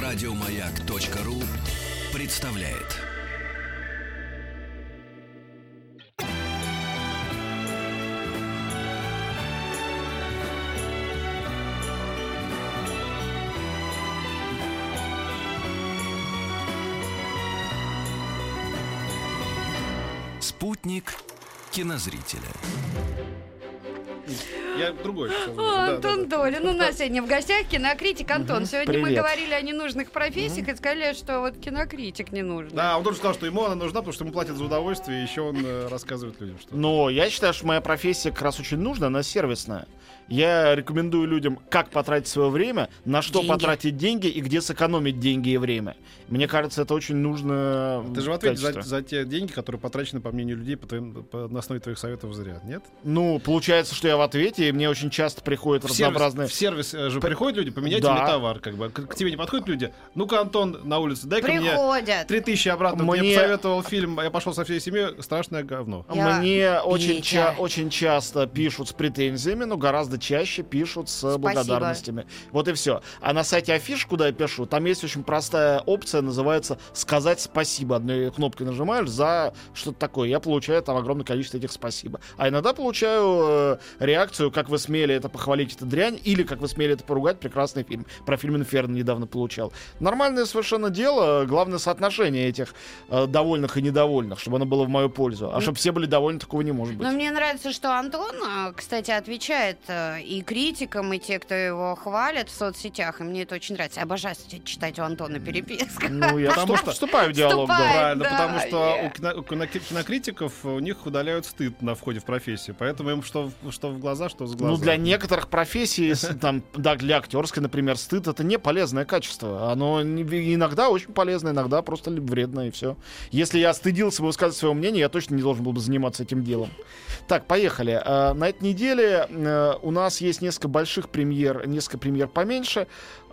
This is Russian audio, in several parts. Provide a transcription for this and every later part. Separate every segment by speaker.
Speaker 1: Радиомаяк.ру представляет. Спутник кинозрителя.
Speaker 2: Я другой.
Speaker 3: Антон Долин у нас сегодня в гостях, кинокритик. Антон, сегодня мы
Speaker 4: Привет.
Speaker 3: говорили о ненужных профессиях и сказали, что вот кинокритик не нужен.
Speaker 2: Да, он тоже сказал, что ему она нужна, потому что ему платят за удовольствие, и еще он рассказывает людям, что...
Speaker 4: Но я считаю, что моя профессия как раз очень нужна, она сервисная. Я рекомендую людям, как потратить свое время, на что
Speaker 3: Деньги.
Speaker 4: потратить деньги и где сэкономить деньги и время. Мне кажется, это очень нужно.
Speaker 2: Ты же в ответе
Speaker 4: качество.
Speaker 2: за те деньги, которые потрачены, по мнению людей, на основе твоих советов зря, нет?
Speaker 4: Ну, получается, что я в ответе, и мне очень часто приходят разнообразные...
Speaker 2: В сервис же приходят люди, поменять
Speaker 4: Да.
Speaker 2: тебе товар, как бы. К тебе не подходят люди. Ну-ка, Антон, на улице, дай-ка мне
Speaker 3: Приходят.
Speaker 2: 3000 обратно.
Speaker 4: Мне-
Speaker 2: Мне посоветовал фильм, я пошел со всей семьей, страшное говно.
Speaker 3: Я-
Speaker 4: Мне очень,
Speaker 3: Витя.
Speaker 4: очень часто пишут с претензиями, но гораздо чаще пишут с благодарностями. Вот и все. А на сайте Афиш, куда я пишу, там есть очень простая опция, называется «Сказать спасибо». Одной кнопкой нажимаешь за что-то такое. Я получаю там огромное количество этих спасибо. А иногда получаю реакцию, как вы смели это похвалить, это дрянь, или как вы смели это поругать, прекрасный фильм. Про фильм «Инферно» недавно получал. Нормальное совершенно дело. Главное соотношение этих довольных и недовольных, чтобы оно было в мою пользу. А чтобы все были довольны, такого не может быть.
Speaker 3: Но мне нравится, что Антон, кстати, отвечает и критикам, и те, кто его хвалит в соцсетях. И мне это очень нравится. Обожаю читать у Антона переписку.
Speaker 4: Ну, я
Speaker 2: Потому что-
Speaker 4: вступаю в диалог, да.
Speaker 3: Вступай.
Speaker 2: Правильно,
Speaker 3: Да,
Speaker 2: потому что
Speaker 3: yeah.
Speaker 2: у кинокритиков у них удаляют стыд на входе в профессию. Поэтому им что в глаза, что с глаза.
Speaker 4: Ну, для некоторых профессий, там, да, для актерской, например, стыд — это не полезное качество. Оно иногда очень полезно, иногда просто вредно, и все. Если я стыдился бы высказать свое мнение, я точно не должен был бы заниматься этим делом. Так, поехали. На этой неделе у нас есть несколько больших премьер, несколько премьер поменьше.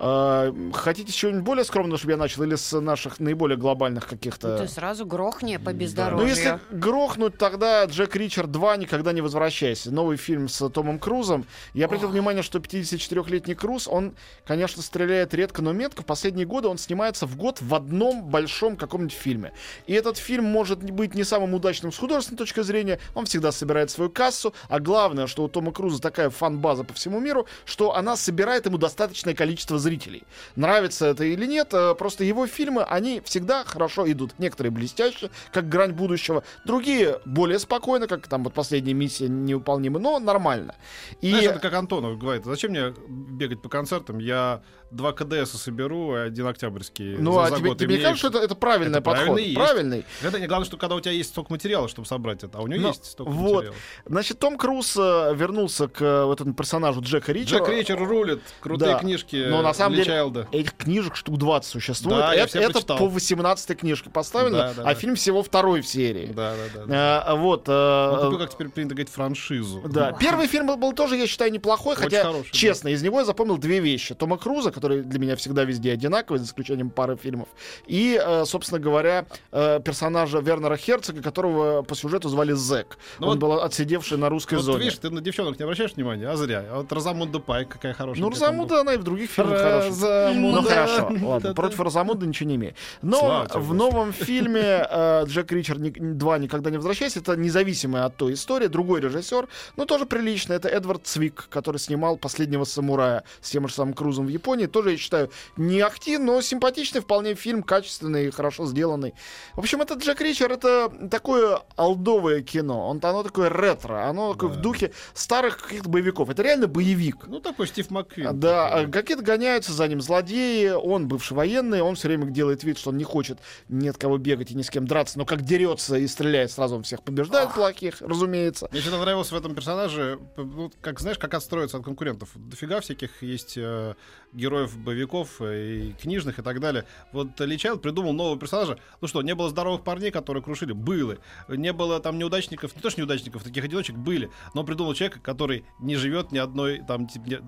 Speaker 4: Хотите чего-нибудь более скромного, чтобы я начал, или с наших наиболее глобальных каких-то...
Speaker 3: Ты сразу грохни по
Speaker 4: Ну,
Speaker 3: бездорожью.
Speaker 4: если грохнуть, тогда «Джек Ричер 2. Никогда не возвращайся». Новый фильм с Томом Крузом. Я обратил внимание, что 54-летний Круз, он, конечно, стреляет редко, но метко. В последние годы он снимается в год в одном большом каком-нибудь фильме. И этот фильм может быть не самым удачным с художественной точки зрения. Он всегда собирает свою кассу. А главное, что у Тома Круза такая фан-база по всему миру, что она собирает ему достаточное количество зрителей. Нравится это или нет, просто его фильмы, они всегда хорошо идут. Некоторые блестяще, как «Грань будущего», другие более спокойно, как там вот «Последняя миссия невыполнима», но нормально. И
Speaker 2: Знаешь, это как Антонов говорит, зачем мне бегать по концертам, я 2 КДСа соберу, а 1 Октябрьский
Speaker 4: ну,
Speaker 2: за
Speaker 4: а тебе
Speaker 2: год. И
Speaker 4: не
Speaker 2: мне
Speaker 4: кажется, что это правильный
Speaker 2: это
Speaker 4: подход?
Speaker 2: правильный есть.
Speaker 4: Правильный.
Speaker 2: Это не главное, что когда у тебя есть столько материала, чтобы собрать это, а у него
Speaker 4: Ну,
Speaker 2: есть столько
Speaker 4: вот.
Speaker 2: материала.
Speaker 4: Значит, Том Круз вернулся к вот этому персонажу Джека Ричера.
Speaker 2: Джек Ричер рулит, крутые
Speaker 4: Да.
Speaker 2: книжки
Speaker 4: Но на самом
Speaker 2: Ли
Speaker 4: деле
Speaker 2: Чайлда.
Speaker 4: этих книжек штук 20 существует.
Speaker 2: Да, я
Speaker 4: это
Speaker 2: все
Speaker 4: это
Speaker 2: почитал.
Speaker 4: по 18-й книжке поставлено,
Speaker 2: Да, да.
Speaker 4: а фильм всего второй в серии.
Speaker 2: Да.
Speaker 4: Вот.
Speaker 2: Он такой, как теперь принято говорить, франшизу.
Speaker 4: Да, первый фильм был тоже, я считаю, неплохой,
Speaker 2: Очень
Speaker 4: хотя,
Speaker 2: хороший, да.
Speaker 4: честно, из него я запомнил 2 вещи. Тома Круза, который для меня всегда везде одинаковый, за исключением пары фильмов, и, собственно говоря, персонажа Вернера Херцога, которого по сюжету звали Зэк.
Speaker 2: Ну
Speaker 4: Он
Speaker 2: вот-
Speaker 4: был отсидевший на русской
Speaker 2: Вот
Speaker 4: зоне.
Speaker 2: видишь, ты на девчонок не обращаешь внимания, а зря. А вот Розамунда Пайк какая хорошая.
Speaker 4: Ну, Розамунда, она и в других фильмах хорошая.
Speaker 2: Розамунда.
Speaker 4: Ну, хорошо, ладно,
Speaker 2: Да-да.
Speaker 4: против Розамунды ничего не имею. Но
Speaker 2: Слава тебе,
Speaker 4: в
Speaker 2: Господи.
Speaker 4: новом фильме «Джек Ричер 2. Никогда не возвращайся», это независимая от той истории, другой режиссер, но тоже прилично. Это Эдвард Цвик, который снимал «Последнего самурая» с тем же самым Крузом в Японии. Тоже, я считаю, не ахти, но симпатичный вполне фильм, качественный и хорошо сделанный. В общем, этот Джек Ричер — это такое олдовое кино. Оно такое ретро, оно такое в духе старых каких-то боевиков. Это реально боевик.
Speaker 2: Ну, такой Стив Макквин.
Speaker 4: Да,
Speaker 2: такой.
Speaker 4: какие-то гоняются за ним злодеи, он бывший военный, он все время делает вид, что он не хочет ни от кого бегать и ни с кем драться, но как дерется и стреляет, сразу он всех побеждает плохих, разумеется.
Speaker 2: Мне что-то нравилось в этом персонаже, ну, как, знаешь, как отстроиться от конкурентов. Дофига всяких есть героев боевиков и книжных и так далее. Вот Ли Чайлд придумал нового персонажа. Ну что, не было здоровых парней, которые крушили? Было. Не было там неудачников, не то что неудачников, таких одиночек были. Но он придумал человека, который не живет ни одной, там,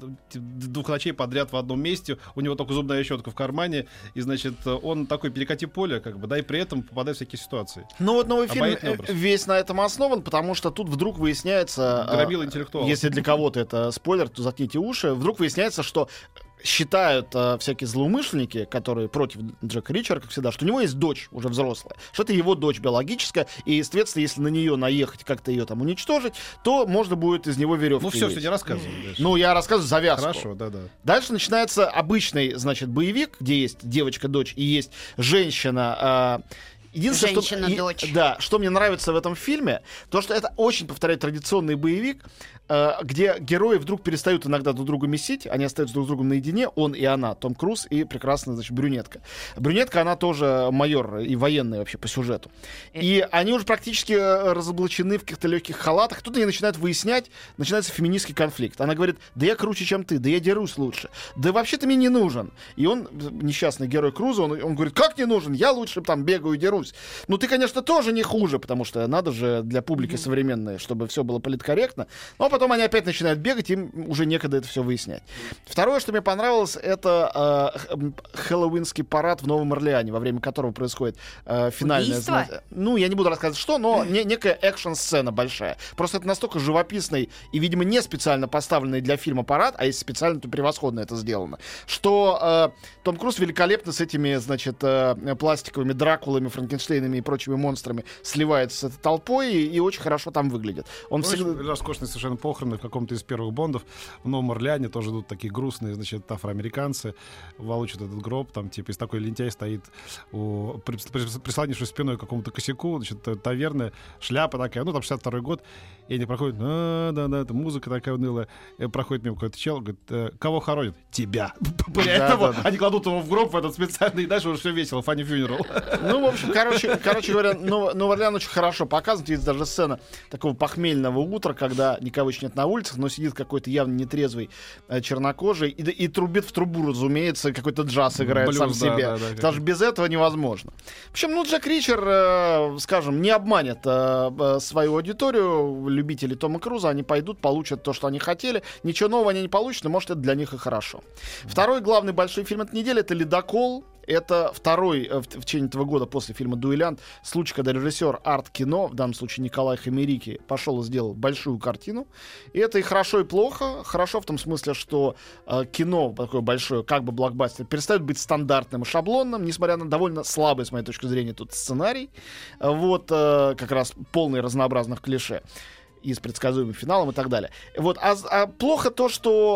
Speaker 2: 2 ночей подряд в одном месте, у него только зубная щетка в кармане, и, значит, он такой перекати поле, как бы, да, и при этом попадает в всякие ситуации.
Speaker 4: Ну вот новый фильм
Speaker 2: Обаятельный образ.
Speaker 4: весь на этом основан, потому что тут вдруг выясняется...
Speaker 2: Громила интеллектуалов.
Speaker 4: Если для кого-то это спойлер, то заткните уши. Вдруг выясняется, что считают всякие злоумышленники, которые против Джека Ричера, как всегда, что у него есть дочь уже взрослая, что это его дочь биологическая, и, естественно, если на нее наехать, как-то ее там уничтожить, то можно будет из него веревки.
Speaker 2: Ну все,
Speaker 4: лезть.
Speaker 2: не рассказывай.
Speaker 4: Ну, я рассказываю завязку.
Speaker 2: Хорошо, да-да.
Speaker 4: Дальше начинается обычный, значит, боевик, где есть девочка-дочь и есть женщина. Единственное,
Speaker 3: Женщина-дочь.
Speaker 4: Да, что мне нравится в этом фильме, то, что это очень повторяет традиционный боевик, где герои вдруг перестают иногда друг друга месить, они остаются друг с другом наедине, он и она, Том Круз и прекрасная, значит, брюнетка. Брюнетка, она тоже майор и военная вообще по сюжету. И они уже практически разоблачены в каких-то легких халатах. Тут они начинают выяснять, начинается феминистский конфликт. Она говорит, да я круче, чем ты, да я дерусь лучше, да вообще ты мне не нужен. И он, несчастный герой Круза, он говорит, как не нужен, я лучше там бегаю и дерусь. Ну ты, конечно, тоже не хуже, потому что надо же для публики современной, чтобы все было политкорректно. Но потом они опять начинают бегать, им уже некогда это все выяснять. Второе, что мне понравилось, это хэллоуинский парад в Новом Орлеане, во время которого происходит финальное... Ну, я не буду рассказывать, что, но некая экшн-сцена большая. Просто это настолько живописный и, видимо, не специально поставленный для фильма парад, а если специально, то превосходно это сделано, что Том Круз великолепно с этими, значит, пластиковыми Дракулами, Франкенштейнами и прочими монстрами сливается с этой толпой и очень хорошо там выглядит. Он всегда...
Speaker 2: Роскошный совершенно похороны в каком-то из первых Бондов в Новом Орлеане тоже идут такие грустные, значит, афроамериканцы волочат этот гроб, там, типа, из такой лентяй стоит, прислонившись спиной к какому-то косяку, значит, таверна, шляпа такая, ну, там 62-й год, и они проходят, да, музыка такая унылая, и проходит мимо какой-то чел, говорит, кого хоронят? Тебя. После этого они кладут его в гроб в этот специальный, и дальше уже все весело, Funny Funeral.
Speaker 4: Ну, в общем, короче говоря, Новый Орлеан очень хорошо показан. Есть даже сцена такого похмельного утра, когда никого еще нет на улицах, но сидит какой-то явно нетрезвый чернокожий и трубит в трубу, разумеется, какой-то джаз играет сам себе. Потому что без этого невозможно. В общем, ну, Джек Ричер, скажем, не обманет свою аудиторию, любителей Тома Круза, они пойдут, получат то, что они хотели. Ничего нового они не получат, но, может, это для них и хорошо. Второй главный большой фильм этой недели — это «Ледокол». Это второй в течение этого года после фильма «Дуэлянт» случай, когда режиссер арт-кино, в данном случае Николай Хамерики, пошел и сделал большую картину. И это и хорошо, и плохо. Хорошо в том смысле, что кино такое большое, как бы блокбастер, перестает быть стандартным и шаблонным, несмотря на довольно слабый, с моей точки зрения, тут сценарий. Вот как раз полный разнообразных клише и с предсказуемым финалом и так далее. Вот. А плохо то,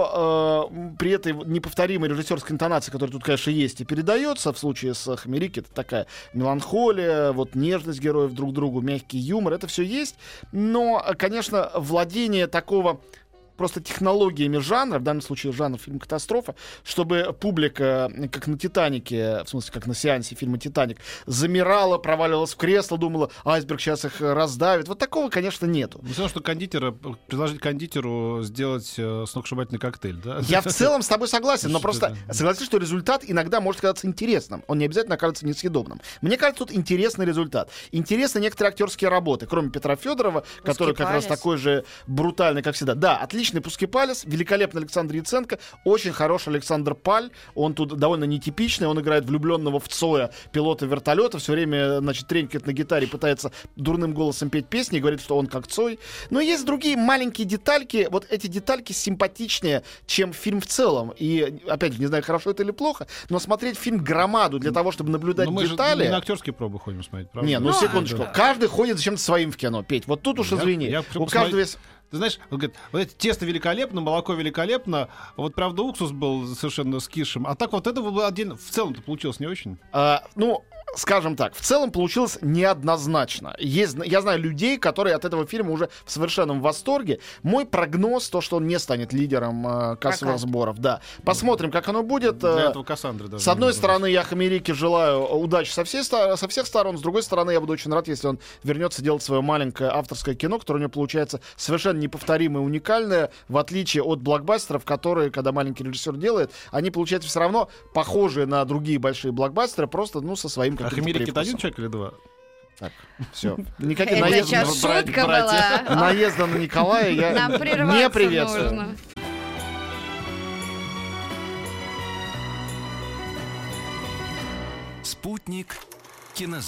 Speaker 4: что при этой неповторимой режиссерской интонации, которая тут, конечно, есть и передается, в случае с Хамерики, это такая меланхолия, вот нежность героев друг к другу, мягкий юмор, это все есть. Но, конечно, владение такого просто технологиями жанра, в данном случае жанр фильм-катастрофа, чтобы публика, как на «Титанике», в смысле, как на сеансе фильма «Титаник», замирала, проваливалась в кресло, думала, айсберг сейчас их раздавит. Вот такого, конечно, нету.
Speaker 2: Все, что предложить кондитеру сделать сногсшибательный коктейль, да?
Speaker 4: Я в целом с тобой согласен, но просто согласись, что результат иногда может казаться интересным. Он не обязательно окажется несъедобным. Мне кажется, тут интересный результат. Интересны некоторые актерские работы, кроме Петра Федорова, который как раз такой же брутальный, как всегда. Да, отличный Пускипалис, великолепный Александр Яценко, очень хороший Александр Паль. Он тут довольно нетипичный, он играет влюбленного в Цоя, пилота вертолета, все время, значит, тренькает на гитаре, пытается дурным голосом петь песни, и говорит, что он как Цой. Но есть другие маленькие детальки, вот эти детальки симпатичнее, чем фильм в целом. И, опять же, не знаю, хорошо это или плохо, но смотреть фильм «Громаду» для того, чтобы наблюдать детали...
Speaker 2: Мы же не на актерские пробы ходим смотреть, правда?
Speaker 4: Не, ну секундочку. Да. Каждый ходит зачем-то своим в кино, Петь. Вот тут уж извини. У каждого есть...
Speaker 2: Ты знаешь, он говорит, вот это тесто великолепно, молоко великолепно, вот, правда, уксус был совершенно скисшим, а так вот это было отдельно. В целом-то получилось не очень.
Speaker 4: Ну, скажем так, в целом получилось неоднозначно. Я знаю людей, которые от этого фильма уже в совершенном восторге. Мой прогноз, то, что он не станет лидером кассовых сборов. Да. Посмотрим, как оно будет.
Speaker 2: Для этого Кассандры даже.
Speaker 4: С одной стороны, я Хамерике желаю удачи со всех сторон. С другой стороны, я буду очень рад, если он вернется делать свое маленькое авторское кино, которое у него получается совершенно неповторимое, уникальное, в отличие от блокбастеров, которые, когда маленький режиссер делает, они получаются все равно похожие на другие большие блокбастеры, просто, ну, со своим каким-то
Speaker 2: Хамерики — это один человек или два?
Speaker 4: Так, все. Никаких
Speaker 3: это
Speaker 4: наездов.
Speaker 3: сейчас шутка была.
Speaker 4: Наезда на Николая я не приветствую.
Speaker 3: Нужно.
Speaker 1: Спутник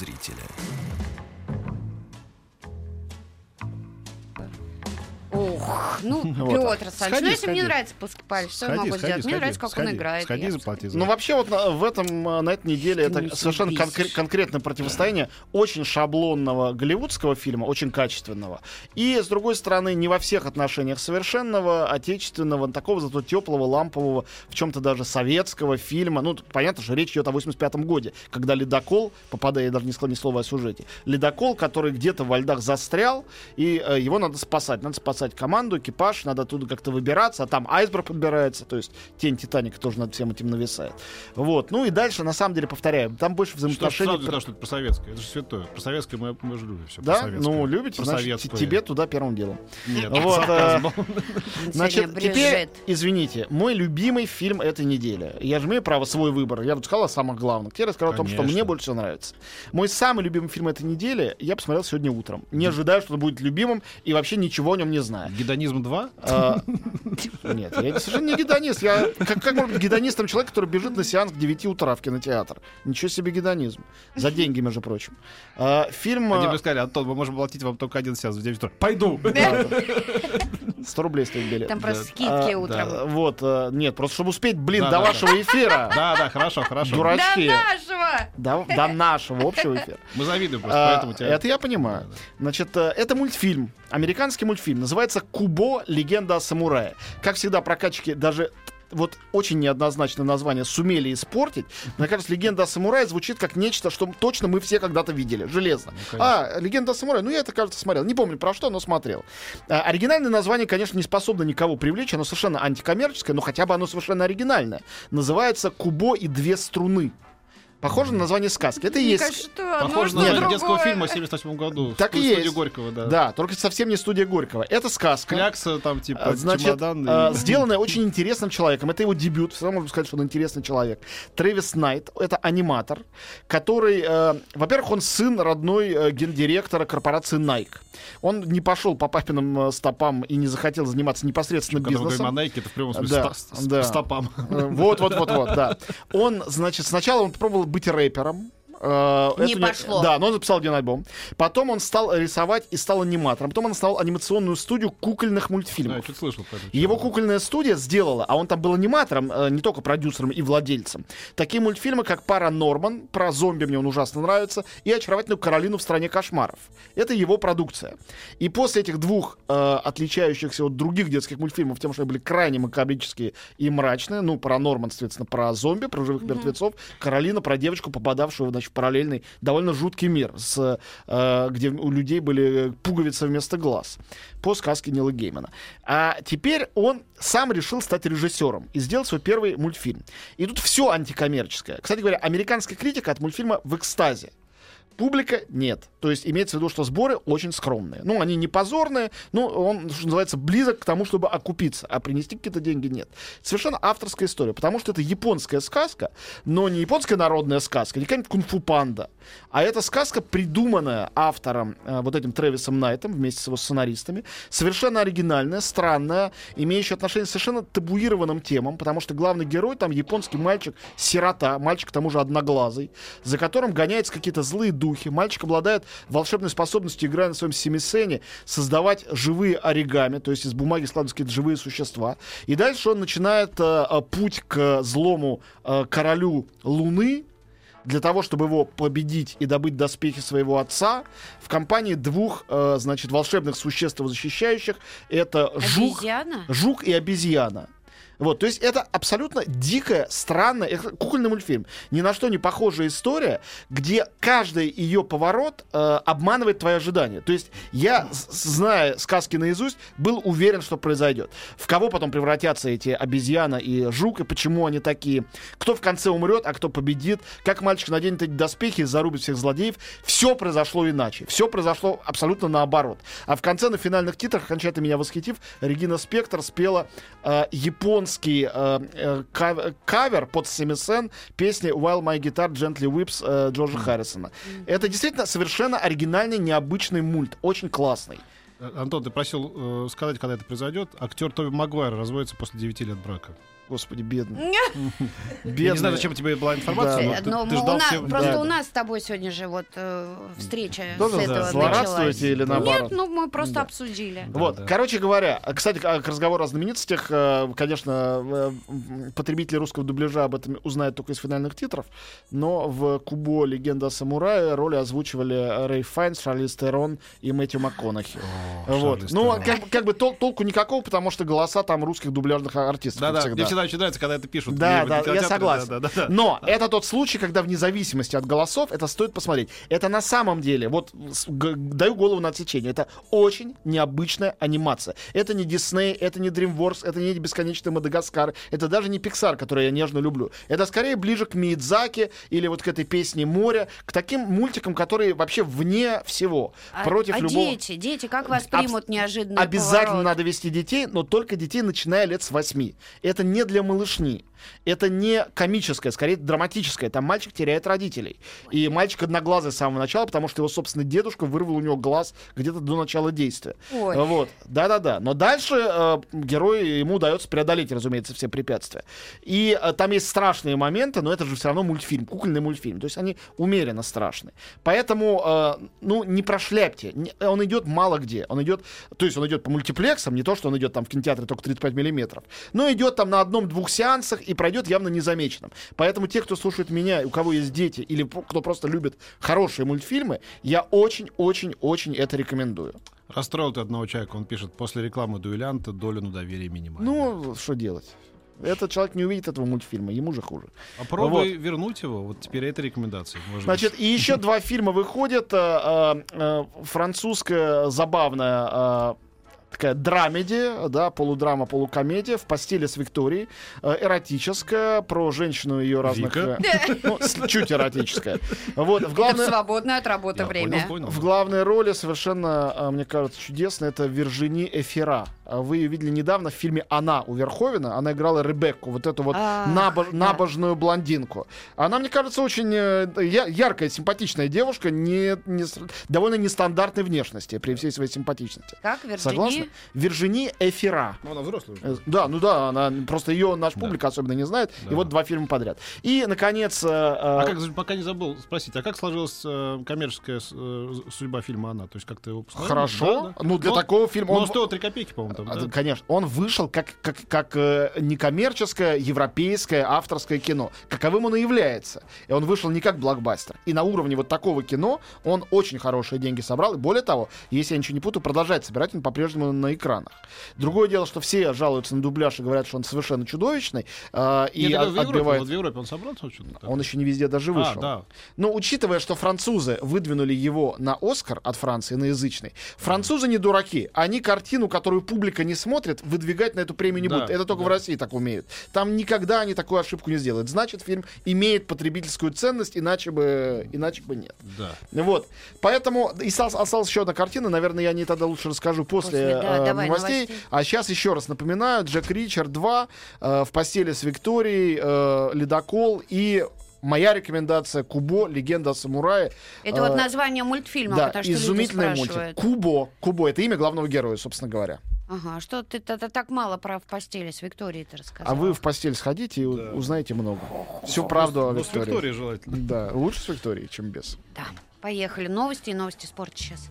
Speaker 1: кинозрителя.
Speaker 3: Ух. Ну,
Speaker 4: Вот.
Speaker 3: Петр Саныч,
Speaker 2: Сходи,
Speaker 3: ну если мне
Speaker 2: сходи.
Speaker 3: нравится Паскипаль, что я
Speaker 2: Сходи,
Speaker 3: могу сделать? Мне
Speaker 2: сходи,
Speaker 3: нравится, как
Speaker 2: сходи,
Speaker 3: он играет.
Speaker 2: Сходи,
Speaker 3: я
Speaker 2: заплати за
Speaker 4: Ну,
Speaker 2: это.
Speaker 4: вообще, вот на этой неделе
Speaker 3: Ты
Speaker 4: это
Speaker 3: не
Speaker 4: совершенно
Speaker 3: бесишь.
Speaker 4: конкретное противостояние очень шаблонного голливудского фильма, очень качественного. И, с другой стороны, не во всех отношениях совершенного, отечественного, такого зато теплого, лампового, в чем-то даже советского фильма. Ну, понятно, что речь идет о 85-м годе, когда ледокол, попадая, я даже не сказал ни слова о сюжете, ледокол, который где-то во льдах застрял, и его надо спасать. Надо спасать команду, экипаж, надо оттуда как-то выбираться, а там айсберг подбирается, то есть тень Титаника тоже над всем этим нависает. Вот. Ну и дальше, на самом деле, повторяю, там больше
Speaker 2: Что
Speaker 4: взаимоотношений...
Speaker 2: сразу что это про советское? Это же святое. Про советское мы же любим все.
Speaker 4: Да? Ну, любите,
Speaker 2: Про
Speaker 4: значит,
Speaker 2: советское.
Speaker 4: тебе туда первым делом.
Speaker 2: Нет,
Speaker 4: Вот,
Speaker 2: сарказм был.
Speaker 4: Значит,
Speaker 3: Сегодня
Speaker 4: теперь,
Speaker 3: брюзжит.
Speaker 4: извините, мой любимый фильм этой недели. Я же имею право свой выбор. Я вот сказал о самых главных. Теперь расскажу о том, что
Speaker 2: Конечно.
Speaker 4: мне больше всего нравится. Мой самый любимый фильм этой недели я посмотрел сегодня утром. Не ожидаю, что он будет любимым, и вообще ничего о нем не знаю.
Speaker 2: Гедонизм 2?
Speaker 4: Нет, я совершенно не гедонист. Как может быть гедонистом человек, который бежит на сеанс к 9 утра в кинотеатр? Ничего себе гедонизм. За деньги, между прочим. Фильм...
Speaker 2: Они бы сказали: Антон, мы можем платить вам только один сеанс в 9 утра. Пойду!
Speaker 4: 100 рублей стоит билет.
Speaker 3: Там просто
Speaker 2: Да.
Speaker 3: скидки утром.
Speaker 4: Вот, нет, просто чтобы успеть, блин,
Speaker 2: Да,
Speaker 4: до
Speaker 2: да,
Speaker 4: вашего эфира.
Speaker 2: Да, хорошо.
Speaker 4: Дурачки.
Speaker 3: До нашего!
Speaker 4: До нашего общего эфира.
Speaker 2: Мы завидуем просто, поэтому тебя...
Speaker 4: Это я понимаю. Значит, это мультфильм, американский мультфильм, называется «Кубо. Легенда о самурае». Как всегда, прокатчики даже вот очень неоднозначное название сумели испортить. Мне кажется, «Легенда о самурае» звучит как нечто, что точно мы все когда-то видели. Железно. «Легенда о самурае». Ну, я это, кажется, смотрел. Не помню про что, но смотрел. Оригинальное название, конечно, не способно никого привлечь. Оно совершенно антикоммерческое, но хотя бы оно совершенно оригинальное. Называется «Кубо и две струны». Похоже на название сказки. Это и
Speaker 3: Мне
Speaker 4: есть...
Speaker 3: кажется, что одно,
Speaker 2: Похоже
Speaker 3: что
Speaker 2: на название
Speaker 3: другое.
Speaker 2: детского фильма в 78 году.
Speaker 4: Так и
Speaker 2: Студия
Speaker 4: есть.
Speaker 2: Горького, да.
Speaker 4: Да, только совсем не студия Горького. Это сказка.
Speaker 2: Клякса там типа
Speaker 4: Значит,
Speaker 2: чемодан.
Speaker 4: сделанная очень интересным человеком. Это его дебют. Всегда можно сказать, что он интересный человек. Трэвис Найт. Это аниматор, который, во-первых, он сын родной гендиректора корпорации Nike. Он не пошел по папиным стопам и не захотел заниматься непосредственно
Speaker 2: Когда мы говорим
Speaker 4: бизнесом.
Speaker 2: о Nike, это в прямом смысле
Speaker 4: Да, да.
Speaker 2: стопам.
Speaker 4: Вот, да. Он, значит, сначала он попробовал быть рэпером.
Speaker 3: Не пошло.
Speaker 4: Да, но он записал один альбом. Потом он стал рисовать и стал аниматором. Потом он основал анимационную студию кукольных
Speaker 2: Да, я
Speaker 4: мультфильмов.
Speaker 2: что-то слышал про это.
Speaker 4: Его кукольная студия сделала, а он там был аниматором, не только продюсером и владельцем, такие мультфильмы, как «Паранорман», про зомби мне он ужасно нравится, и «Очаровательную Каролину в стране кошмаров». Это его продукция. И после этих двух отличающихся от других детских мультфильмов тем, что они были крайне макабрические и мрачные, ну, «Паранорман», соответственно, про зомби, про живых мертвецов, «Каролина» про девочку, попадавшую, значит, в параллельный, довольно жуткий мир, где у людей были пуговицы вместо глаз, по сказке Нила Геймана. А теперь он сам решил стать режиссером и сделать свой первый мультфильм. И тут все антикоммерческое. Кстати говоря, американская критика от мультфильма в экстазе. Публика нет. То есть имеется в виду, что сборы очень скромные. Ну, они не позорные, но он, что называется, близок к тому, чтобы окупиться, а принести какие-то деньги нет. Совершенно авторская история, потому что это японская сказка, но не японская народная сказка, не какая-нибудь кунг-фу панда, а это сказка, придуманная автором, вот этим Трэвисом Найтом, вместе с его сценаристами, совершенно оригинальная, странная, имеющая отношение к совершенно табуированным темам, потому что главный герой там японский мальчик-сирота, мальчик к тому же одноглазый, за которым гоняются какие-то злые духи. Мальчик обладает волшебной способностью, играя на своем семисене, создавать живые оригами, то есть из бумаги складываются какие-то живые существа. И дальше он начинает путь к злому королю Луны, для того, чтобы его победить и добыть доспехи своего отца, в компании двух, значит, волшебных существ, защищающих. Это
Speaker 3: Обезьяна?
Speaker 4: жук и обезьяна. Вот, то есть это абсолютно дикая, странная, это кукольный мультфильм. Ни на что не похожая история, где каждый ее поворот обманывает твои ожидания. То есть я, зная сказки наизусть, был уверен, что произойдет. В кого потом превратятся эти обезьяна и жук, и почему они такие. Кто в конце умрет, а кто победит. Как мальчик наденет эти доспехи и зарубит всех злодеев. Все произошло иначе. Все произошло абсолютно наоборот. А в конце, на финальных титрах, окончательно меня восхитив, Регина Спектор спела японский кавер под семисен песни While My Guitar Gently Whips Джорджа Харрисона. Это действительно совершенно оригинальный, необычный мульт. Очень классный.
Speaker 2: Антон, ты просил сказать, когда это произойдет. Актер Тоби Магуайр разводится после 9 лет брака.
Speaker 4: Господи, бедный.
Speaker 2: Я не знаю, зачем тебе была информация,
Speaker 4: Да,
Speaker 2: но ты ждал все...
Speaker 3: Просто
Speaker 4: Да.
Speaker 3: у нас с тобой сегодня же вот встреча
Speaker 4: Тоже
Speaker 3: с этого началась.
Speaker 4: злорадствуете или наоборот?
Speaker 3: Нет, мы просто
Speaker 4: Да.
Speaker 3: обсудили.
Speaker 4: Вот,
Speaker 2: да.
Speaker 4: короче говоря, кстати, к разговору о знаменитостях, конечно, потребители русского дубляжа об этом узнают только из финальных титров, но в Кубо «Легенда о самурае» роли озвучивали Рэй Файнс, Шарлиз Терон и Мэтью МакКонахи. Вот.
Speaker 2: Шарлиз
Speaker 4: Ну,
Speaker 2: Терон.
Speaker 4: как бы толку никакого, потому что голоса там русских дубляжных артистов, как
Speaker 2: Да-да,
Speaker 4: всегда.
Speaker 2: мне всегда очень нравится, когда это пишут.
Speaker 4: Да,
Speaker 2: в
Speaker 4: да, я
Speaker 2: кинотеатре.
Speaker 4: согласен.
Speaker 2: Да.
Speaker 4: Но это тот случай, когда вне зависимости от голосов, это стоит посмотреть. Это на самом деле, вот даю голову на отсечение, это очень необычная анимация. Это не Дисней, это не DreamWorks, это не «Бесконечный Мадагаскар», это даже не Pixar, который я нежно люблю. Это скорее ближе к Миядзаки или вот к этой песне «Море», к таким мультикам, которые вообще вне всего. Против любого...
Speaker 3: дети, как воспримут неожиданный
Speaker 4: Обязательно
Speaker 3: поворот?
Speaker 4: надо вести детей, но только детей, начиная лет с 8. Это не для малышни. Это не комическое, скорее драматическое. Там мальчик теряет родителей. И мальчик одноглазый с самого начала, потому что его собственный дедушка вырвал у него глаз где-то до начала действия.
Speaker 3: Ой.
Speaker 4: Вот. Да-да-да. Но дальше герою ему удается преодолеть, разумеется, все препятствия. И там есть страшные моменты, но это же все равно мультфильм, кукольный мультфильм. То есть они умеренно страшные. Поэтому, не прошляпьте. Он идет мало где. Он идет по мультиплексам, не то, что он идет там в кинотеатре только 35 миллиметров, но идет там на одном-двух сеансах и пройдет явно незамеченным. Поэтому те, кто слушает меня, у кого есть дети, или кто просто любит хорошие мультфильмы, я очень-очень-очень это рекомендую.
Speaker 2: Расстроил ты одного человека, он пишет: после рекламы «Дуэлянта» Долину доверия минимально.
Speaker 4: Ну, что делать? Этот человек не увидит этого мультфильма, ему же хуже.
Speaker 2: Попробуй вернуть его, вот теперь это рекомендации. Может
Speaker 4: Значит,
Speaker 2: быть.
Speaker 4: и еще 2 фильма выходят. Французская забавная такая драмеди, да, полудрама, полукомедия «В постели с Викторией», эротическая, про женщину и ее разных...
Speaker 2: Вика?
Speaker 4: Чуть эротическая. Вот, в главной...
Speaker 3: Свободное от работы
Speaker 2: Я
Speaker 3: время.
Speaker 2: понял.
Speaker 4: В главной роли совершенно, мне кажется, чудесно, это Виржини Эфира. Вы ее видели недавно в фильме «Она» у Верховена. Она играла Ребекку, вот эту вот набожную блондинку. Она, мне кажется, очень яркая, симпатичная девушка, довольно нестандартной внешности, при всей своей симпатичности.
Speaker 3: Как, Вирджини?
Speaker 4: Согласны? Виржини Эфира.
Speaker 2: Ну, она взрослая уже.
Speaker 4: Да, она просто ее наша публика особенно не знает.
Speaker 2: Да.
Speaker 4: И вот 2 фильма подряд. И, наконец...
Speaker 2: А как, пока не забыл спросить, а как сложилась коммерческая судьба фильма «Она»? То есть как ты его посмотрел?
Speaker 4: Хорошо.
Speaker 2: Да.
Speaker 4: Ну, для такого фильма...
Speaker 2: Он стоил 3 копейки, по-моему, там, да?
Speaker 4: Конечно. Он вышел как некоммерческое, европейское, авторское кино. Каковым он и является. И он вышел не как блокбастер. И на уровне вот такого кино он очень хорошие деньги собрал. И более того, если я ничего не путаю, продолжает собирать он по-прежнему на экранах. Другое дело, что все жалуются на дубляж и говорят, что он совершенно чудовищный. И отбивает...
Speaker 2: в Европе он собрал что-то?
Speaker 4: Он еще не везде даже вышел.
Speaker 2: Да.
Speaker 4: Но учитывая, что французы выдвинули его на «Оскар» от Франции, иноязычный, французы не дураки. Они картину, которую публика не смотрит, выдвигать на эту премию не будут. Это только в России так умеют. Там никогда они такую ошибку не сделают. Значит, фильм имеет потребительскую ценность, иначе бы нет.
Speaker 2: Да.
Speaker 4: Вот. Поэтому осталась еще одна картина. Наверное, я о ней тогда лучше расскажу после
Speaker 3: давай,
Speaker 4: новостей. А сейчас еще раз напоминаю. Джек Ричер 2, «В постели с Викторией», «Ледокол» и моя рекомендация «Кубо. Легенда о самурае».
Speaker 3: Это вот название мультфильма,
Speaker 4: Да,
Speaker 3: потому что
Speaker 4: изумительный
Speaker 3: люди
Speaker 4: мультик.
Speaker 3: спрашивают.
Speaker 4: Кубо — это имя главного героя, собственно говоря.
Speaker 3: Ага, что ты так мало про «В постели с Викторией» ты рассказал.
Speaker 4: А вы в постель сходите и узнаете много. Всю правду о
Speaker 2: Ну, с
Speaker 4: Виктории.
Speaker 2: Викторией желательно.
Speaker 4: Да, лучше с Викторией, чем без.
Speaker 3: Да, поехали. Новости и новости спорта сейчас.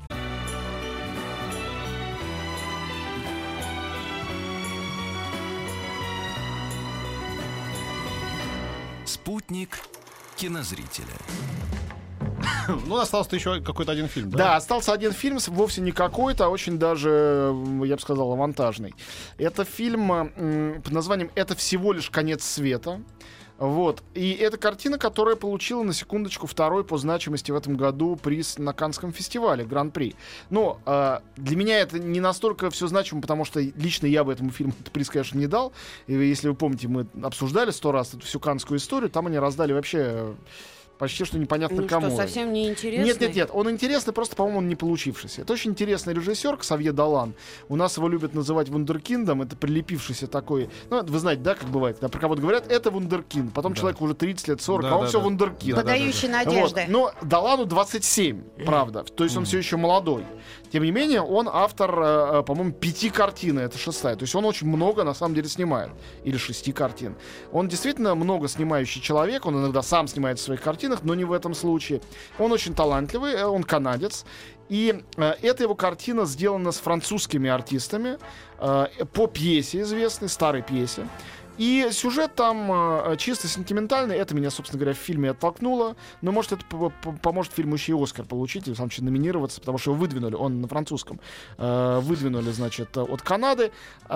Speaker 1: Спутник кинозрителя.
Speaker 2: Ну, остался еще какой-то один фильм, да?
Speaker 4: Да, остался один фильм, вовсе не какой-то, а очень даже, я бы сказал, авантажный. Это фильм под названием «Это всего лишь конец света». Вот. И это картина, которая получила, на секундочку, 2-й по значимости в этом году приз на Каннском фестивале, Гран-при. Но для меня это не настолько все значимо, потому что лично я бы этому фильму этот приз, конечно, не дал. И если вы помните, мы обсуждали 100 раз эту всю каннскую историю, там они раздали вообще почти что непонятно
Speaker 3: Ну
Speaker 4: кому.
Speaker 3: что, совсем не интересный?
Speaker 4: Нет, он интересный, просто, по-моему, он не получившийся. Это очень интересный режиссер, Ксавье Далан. У нас его любят называть вундеркиндом, это прилепившийся такой... Ну, вы знаете, да, как бывает, когда про кого-то говорят, это вундеркинд. Потом человеку уже 30 лет, 40, а он все вундеркинд.
Speaker 3: Подающий надежды.
Speaker 4: Но Далану 27, правда. То есть он все еще молодой. Тем не менее, он автор, по-моему, 5 картин, это 6-я. То есть он очень много, на самом деле, снимает. Или 6 картин. Он действительно много снимающий человек, он иногда сам снимает в своих картинах, но не в этом случае. Он очень талантливый, он канадец. И эта его картина сделана с французскими артистами по пьесе известной, старой пьесе. И сюжет там чисто сентиментальный. Это меня, собственно говоря, в фильме оттолкнуло. Но, может, это поможет фильму еще и Оскар получить, или сам номинироваться, потому что его выдвинули, он на французском, выдвинули, значит, от Канады.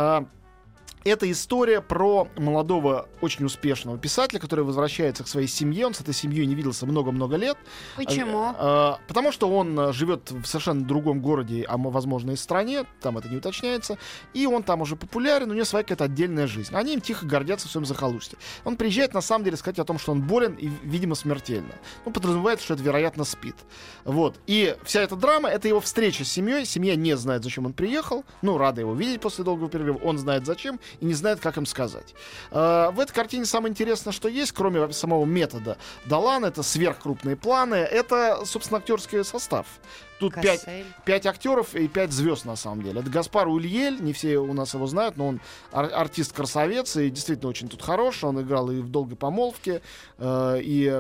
Speaker 4: Это история про молодого, очень успешного писателя, который возвращается к своей семье. Он с этой семьей не виделся много-много лет.
Speaker 3: Почему?
Speaker 4: Потому что он живет в совершенно другом городе, а возможно и стране, там это не уточняется. И он там уже популярен, у него своя какая-то отдельная жизнь. Они им тихо гордятся в своем захолустье. Он приезжает, на самом деле, сказать о том, что он болен и, видимо, смертельно. Ну, подразумевается, что это, вероятно, спит. Вот. И вся эта драма — это его встреча с семьей. Семья не знает, зачем он приехал. Ну, рада его видеть после долгого перерыва. Он знает, зачем. И не знает, как им сказать. В этой картине самое интересное, что есть, кроме самого метода Далана, это сверхкрупные планы, это, собственно, актерский состав. Тут 5 актеров и 5 звезд, на самом деле. Это Гаспар Ульель, не все у нас его знают, но он артист-красавец, и действительно очень тут хорош. Он играл и в «Долгой помолвке», и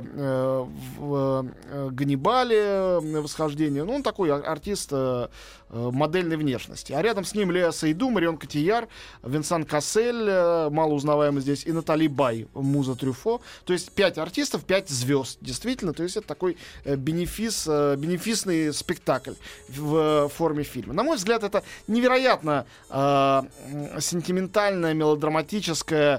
Speaker 4: в «Ганнибале», «Восхождение». Ну, он такой артист модельной внешности. А рядом с ним Леа Сейду, Марион Котийяр, Винсан Кассель, малоузнаваемый здесь, и Натали Бай, муза Трюфо. То есть 5 артистов, 5 звезд, действительно. То есть это такой бенефисный спектакль в форме фильма. На мой взгляд, это невероятно сентиментальная, мелодраматическая,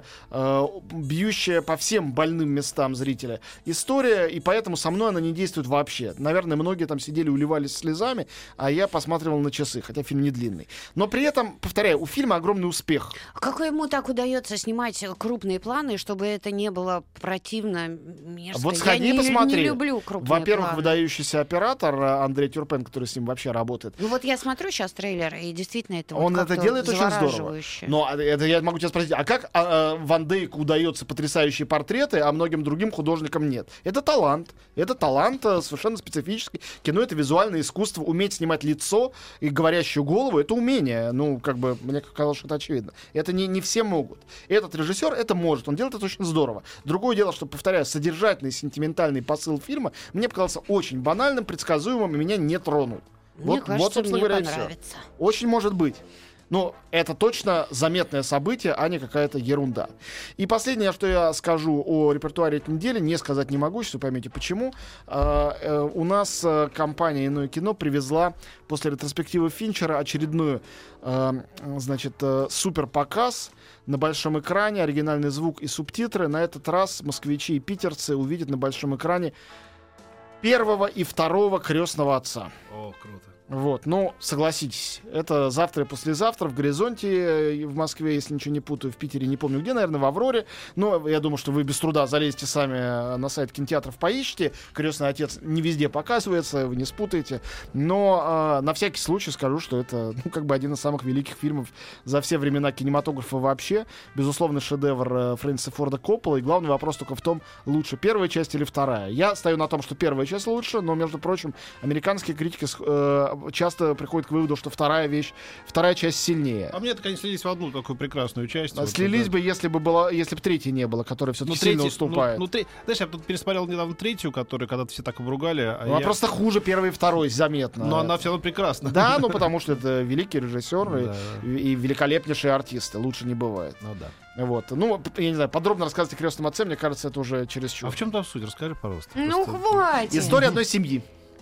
Speaker 4: бьющая по всем больным местам зрителя история, и поэтому со мной она не действует вообще. Наверное, многие там сидели, уливались слезами, а я посматривал на часы, хотя фильм не длинный. Но при этом, повторяю, у фильма огромный успех.
Speaker 3: Как ему так удается снимать крупные планы, чтобы это не было противно, мерзко?
Speaker 4: Вот сходи и посмотри.
Speaker 3: Не люблю крупные
Speaker 4: Во-первых,
Speaker 3: планы.
Speaker 4: Выдающийся оператор Андрей Тюрпен, который с ним вообще работает.
Speaker 3: Ну вот я смотрю сейчас трейлер, и действительно это
Speaker 4: Он
Speaker 3: вот
Speaker 4: это делает очень здорово.
Speaker 3: завораживающе.
Speaker 4: Но это я могу тебя спросить, а как Ван Дейку удается потрясающие портреты, а многим другим художникам нет? Это талант. Это талант совершенно специфический. Кино — это визуальное искусство. Уметь снимать лицо и говорящую голову — это умение. Ну, как бы, мне казалось, что это очевидно. Это не все могут. Этот режиссер это может. Он делает это очень здорово. Другое дело, что, повторяю, содержательный, сентиментальный посыл фильма мне показался очень банальным, предсказуемым, и меня не тронул.
Speaker 3: Мне кажется,
Speaker 4: собственно
Speaker 3: мне
Speaker 4: говоря, и
Speaker 3: понравится.
Speaker 4: всё. Очень может быть. Но это точно заметное событие, а не какая-то ерунда. И последнее, что я скажу о репертуаре этой недели, не сказать не могу, сейчас вы поймете почему. У нас компания «Иное кино» привезла после ретроспективы Финчера очередную, значит, суперпоказ на большом экране, оригинальный звук и субтитры. На этот раз москвичи и питерцы увидят на большом экране первого и второго «Крестного отца».
Speaker 2: О, круто.
Speaker 4: Вот, ну, согласитесь, это завтра и послезавтра в «Горизонте» в Москве, если ничего не путаю, в Питере, не помню где, наверное, в «Авроре». Но я думаю, что вы без труда залезете сами на сайт кинотеатров, поищите. «Крестный отец» не везде показывается, вы не спутаете. Но на всякий случай скажу, что это, ну, как бы один из самых великих фильмов за все времена кинематографа вообще. Безусловно, шедевр Фрэнсиса Форда Коппола. И главный вопрос только в том, лучше первая часть или вторая. Я стою на том, что первая часть лучше, но, между прочим, американские критики часто приходят к выводу, что вторая часть сильнее.
Speaker 2: А мне это, конечно, слились в одну такую прекрасную часть.
Speaker 4: Слились бы, если бы третьей не было, которая все-таки сильно уступает.
Speaker 2: Знаешь, я тут пересмотрел недавно третью, которую когда-то все так обругали.
Speaker 4: Она просто хуже первой и второй, заметно.
Speaker 2: Но она все равно прекрасна.
Speaker 4: Да, ну потому что это великий режиссер и великолепнейшие артисты. Лучше не бывает.
Speaker 2: Ну да.
Speaker 4: Вот. Ну, я не знаю, подробно рассказывать о «Крестном отце», мне кажется, это уже чересчур.
Speaker 2: А в чем там суть? Расскажи, пожалуйста.
Speaker 3: Ну, хватит.
Speaker 4: История одной семьи.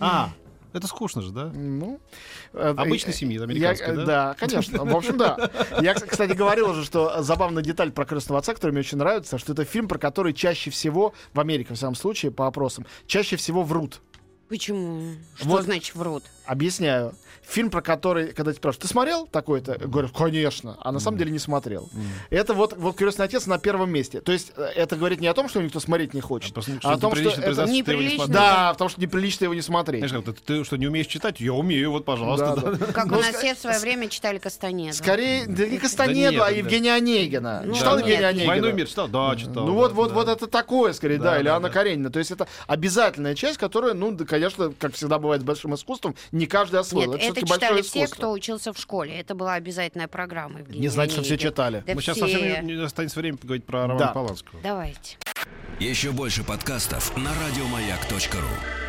Speaker 2: Это скучно же, да?
Speaker 4: Ну,
Speaker 2: обычной семьи, американской, да?
Speaker 4: Да, конечно. В общем, да. Я, кстати, говорил уже, что забавная деталь про «Крестного отца», которая мне очень нравится, что это фильм, про который чаще всего, в Америке, в самом случае, по опросам, чаще всего врут.
Speaker 3: Почему? Что
Speaker 4: Вот.
Speaker 3: значит врут?
Speaker 4: Объясняю. Фильм, про который, когда тебя спрашивают, ты смотрел такой-то? Говорю, конечно. А на самом деле не смотрел. Это вот «Крестный отец» на первом месте. То есть это говорит не о том, что никто смотреть не хочет, а о том, что это...
Speaker 3: Неприлично.
Speaker 4: Да, потому что неприлично его не смотреть.
Speaker 2: Знаешь, как, ты что, не умеешь читать? Я умею, вот, пожалуйста.
Speaker 4: Да, да.
Speaker 3: Как у нас все в свое время читали Кастанеду.
Speaker 4: Скорее, да не Кастанеду,
Speaker 2: Да
Speaker 4: а
Speaker 2: нет,
Speaker 4: Евгения Онегина.
Speaker 3: Ну,
Speaker 4: Читал
Speaker 3: нет,
Speaker 4: Евгения
Speaker 3: нет.
Speaker 4: Онегина?
Speaker 2: «Войну и мир» читал? Да, читал.
Speaker 4: Ну
Speaker 2: да,
Speaker 4: вот
Speaker 2: да.
Speaker 4: это такое, скорее, да,
Speaker 2: Да,
Speaker 4: или
Speaker 2: да,
Speaker 4: Анна
Speaker 2: да.
Speaker 4: Каренина. То есть это обязательная часть, которая, ну, да, конечно, как всегда бывает с большим искусством, не каждый освоил.
Speaker 3: Нет,
Speaker 4: всё-таки
Speaker 3: это
Speaker 4: большое
Speaker 3: читали все,
Speaker 4: искусство.
Speaker 3: кто учился в школе. Это была обязательная программа. Евгения
Speaker 4: Не значит, что все
Speaker 3: Онегина.
Speaker 4: читали.
Speaker 3: Да
Speaker 2: Мы сейчас
Speaker 3: все.
Speaker 2: совсем не останется время поговорить про Романа
Speaker 4: Да.
Speaker 2: Поланского.
Speaker 3: Давайте.
Speaker 1: Еще больше подкастов на радиомаяк.ру.